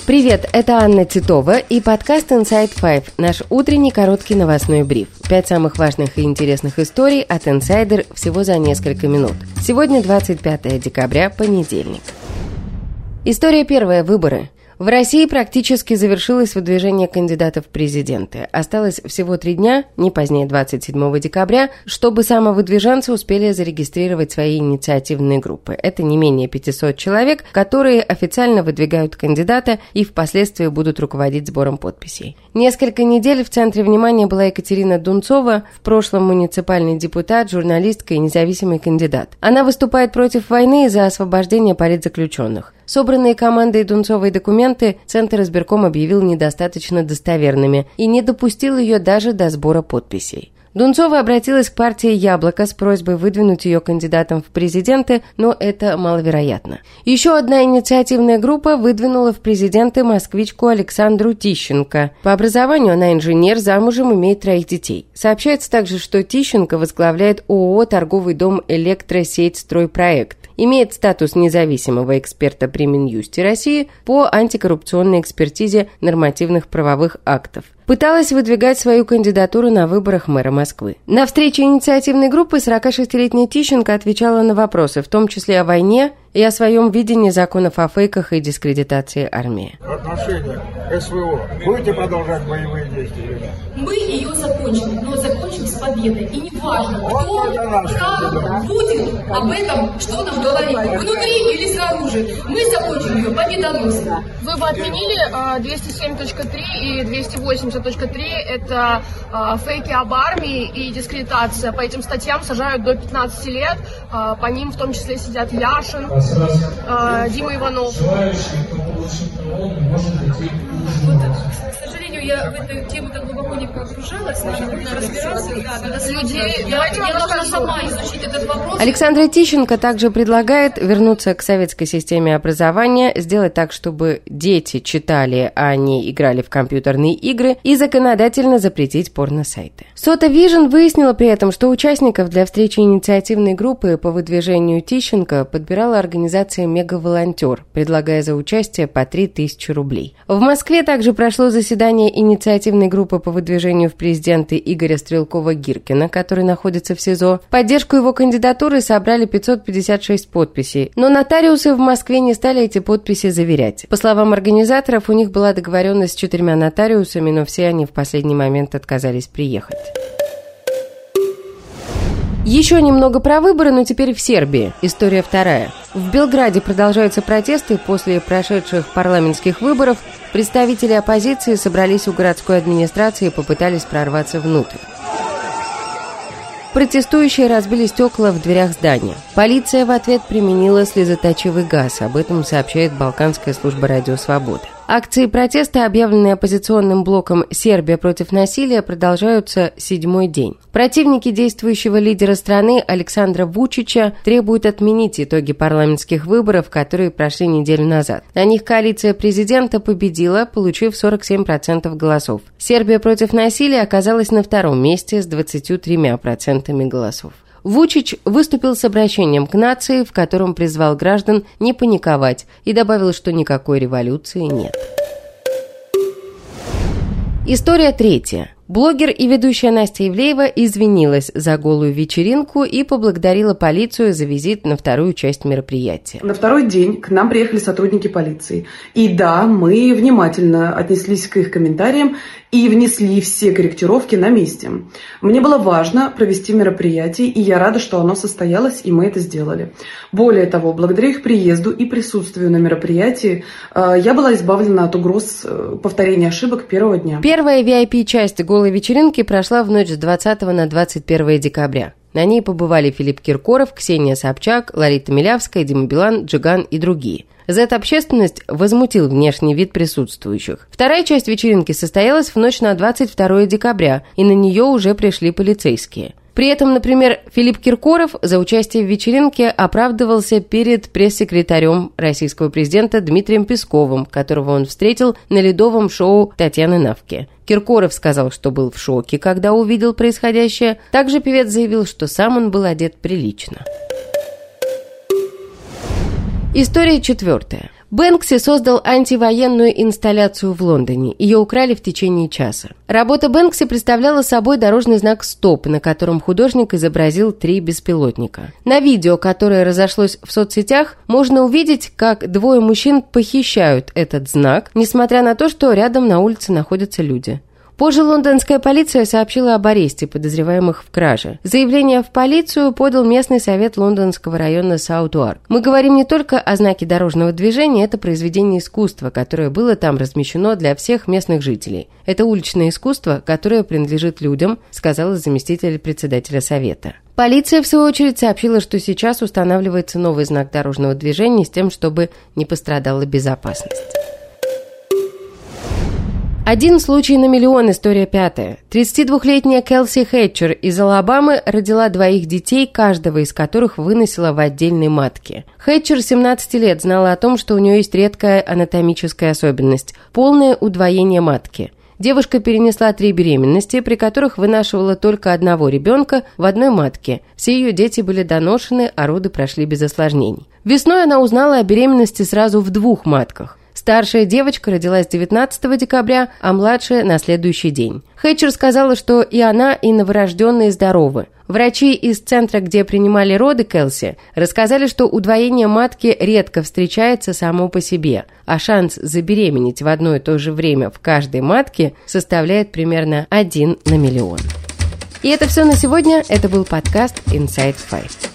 Привет, это Анна Титова и подкаст Inside Five, наш утренний короткий новостной бриф. 5 самых важных и интересных историй от Insider всего за несколько минут. Сегодня 25 декабря, понедельник. История первая. Выборы. В России практически завершилось выдвижение кандидатов в президенты. Осталось всего 3 дня, не позднее 27 декабря, чтобы самовыдвиженцы успели зарегистрировать свои инициативные группы. Это не менее 500 человек, которые официально выдвигают кандидата и впоследствии будут руководить сбором подписей. Несколько недель в центре внимания была Екатерина Дунцова, в прошлом муниципальный депутат, журналистка и независимый кандидат. Она выступает против войны и за освобождение политзаключенных. Собранные командой Дунцовой документы Центр избирком объявил недостаточно достоверными и не допустил ее даже до сбора подписей. Дунцова обратилась к партии «Яблоко» с просьбой выдвинуть ее кандидатом в президенты, но это маловероятно. Еще одна инициативная группа выдвинула в президенты москвичку Александру Тищенко. По образованию она инженер, замужем, имеет 3 детей. Сообщается также, что Тищенко возглавляет ООО «Торговый дом Электросеть Стройпроект». Имеет статус независимого эксперта при Минюсте России по антикоррупционной экспертизе нормативных правовых актов. Пыталась выдвигать свою кандидатуру на выборах мэра Москвы. На встрече инициативной группы 46-летняя Тищенко отвечала на вопросы, в том числе о войне и о своем видении законов о фейках и дискредитации армии. В отношении СВО будете продолжать боевые действия? Мы ее закончим, но закончим с победой. И не важно, кто там будет об этом, что нам говорить, внутри или снаружи. Мы закончим ее победоносно. Вы бы отменили 207.3 и 280.3, это фейки об армии и дискредитация. По этим статьям сажают до 15 лет, по ним в том числе сидят Яшин, Дима Иванов. К сожалению, я в эту тему так глубоко не погружалась, нужно разбираться. Я должна сама изучить этот вопрос. Александра Тищенко также предлагает вернуться к советской системе образования, сделать так, чтобы дети читали, а не играли в компьютерные игры, и законодательно запретить порно-сайты. Сота Вижн выяснила при этом, что участников для встречи инициативной группы по выдвижению Тищенко подбирала организация «Мега-волонтер», предлагая за участие по 3000 рублей. В Москве также прошло заседание инициативной группы по выдвижению в президенты Игоря Стрелкова-Гиркина, который находится в СИЗО. В поддержку его кандидатуры собрали 556 подписей, но нотариусы в Москве не стали эти подписи заверять. По словам организаторов, у них была договоренность с 4 нотариусами, но все они в последний момент отказались приехать. Еще немного про выборы, но теперь в Сербии. История вторая. В Белграде продолжаются протесты. После прошедших парламентских выборов представители оппозиции собрались у городской администрации и попытались прорваться внутрь. Протестующие разбили стекла в дверях здания. Полиция в ответ применила слезоточивый газ. Об этом сообщает Балканская служба радио «Свобода». Акции протеста, объявленные оппозиционным блоком «Сербия против насилия», продолжаются 7-й день. Противники действующего лидера страны Александра Вучича требуют отменить итоги парламентских выборов, которые прошли неделю назад. На них коалиция президента победила, получив 47% голосов. Сербия против насилия оказалась на 2-м месте с 23% голосов. Вучич выступил с обращением к нации, в котором призвал граждан не паниковать и добавил, что никакой революции нет. История третья. Блогер и ведущая Настя Ивлеева извинилась за голую вечеринку и поблагодарила полицию за визит на 2-ю часть мероприятия. На 2-й день к нам приехали сотрудники полиции. И да, мы внимательно отнеслись к их комментариям и внесли все корректировки на месте. Мне было важно провести мероприятие, и я рада, что оно состоялось, и мы это сделали. Более того, благодаря их приезду и присутствию на мероприятии, я была избавлена от угроз повторения ошибок первого дня. Первая VIP-часть голой вечеринки прошла в ночь с 20 на 21 декабря. На ней побывали Филипп Киркоров, Ксения Собчак, Ларита Милявская, Дима Билан, Джиган и другие. Z-общественность возмутил внешний вид присутствующих. Вторая часть вечеринки состоялась в ночь на 22 декабря, и на нее уже пришли полицейские. При этом, например, Филипп Киркоров за участие в вечеринке оправдывался перед пресс-секретарем российского президента Дмитрием Песковым, которого он встретил на ледовом шоу Татьяны Навки. Киркоров сказал, что был в шоке, когда увидел происходящее. Также певец заявил, что сам он был одет прилично. История четвертая. Бэнкси создал антивоенную инсталляцию в Лондоне. Ее украли в течение часа. Работа Бэнкси представляла собой дорожный знак «Стоп», на котором художник изобразил 3 беспилотника. На видео, которое разошлось в соцсетях, можно увидеть, как 2 мужчин похищают этот знак, несмотря на то, что рядом на улице находятся люди. Позже лондонская полиция сообщила об аресте подозреваемых в краже. Заявление в полицию подал местный совет лондонского района Саут-Уарк. Мы говорим не только о знаке дорожного движения, это произведение искусства, которое было там размещено для всех местных жителей. Это уличное искусство, которое принадлежит людям, сказала заместитель председателя совета. Полиция, в свою очередь, сообщила, что сейчас устанавливается новый знак дорожного движения с тем, чтобы не пострадала безопасность. 1 случай на миллион, история 5. 32-летняя Келси Хэтчер из Алабамы родила 2 детей, каждого из которых выносила в отдельной матке. Хэтчер 17 лет знала о том, что у нее есть редкая анатомическая особенность – полное удвоение матки. Девушка перенесла 3 беременности, при которых вынашивала только одного ребенка в одной матке. Все ее дети были доношены, а роды прошли без осложнений. Весной она узнала о беременности сразу в 2 матках. Старшая девочка родилась 19 декабря, а младшая на следующий день. Хэтчер сказала, что и она, и новорожденные здоровы. Врачи из центра, где принимали роды Келси, рассказали, что удвоение матки редко встречается само по себе, а шанс забеременеть в одно и то же время в каждой матке составляет примерно 1 на миллион. И это все на сегодня. Это был подкаст Inside 5.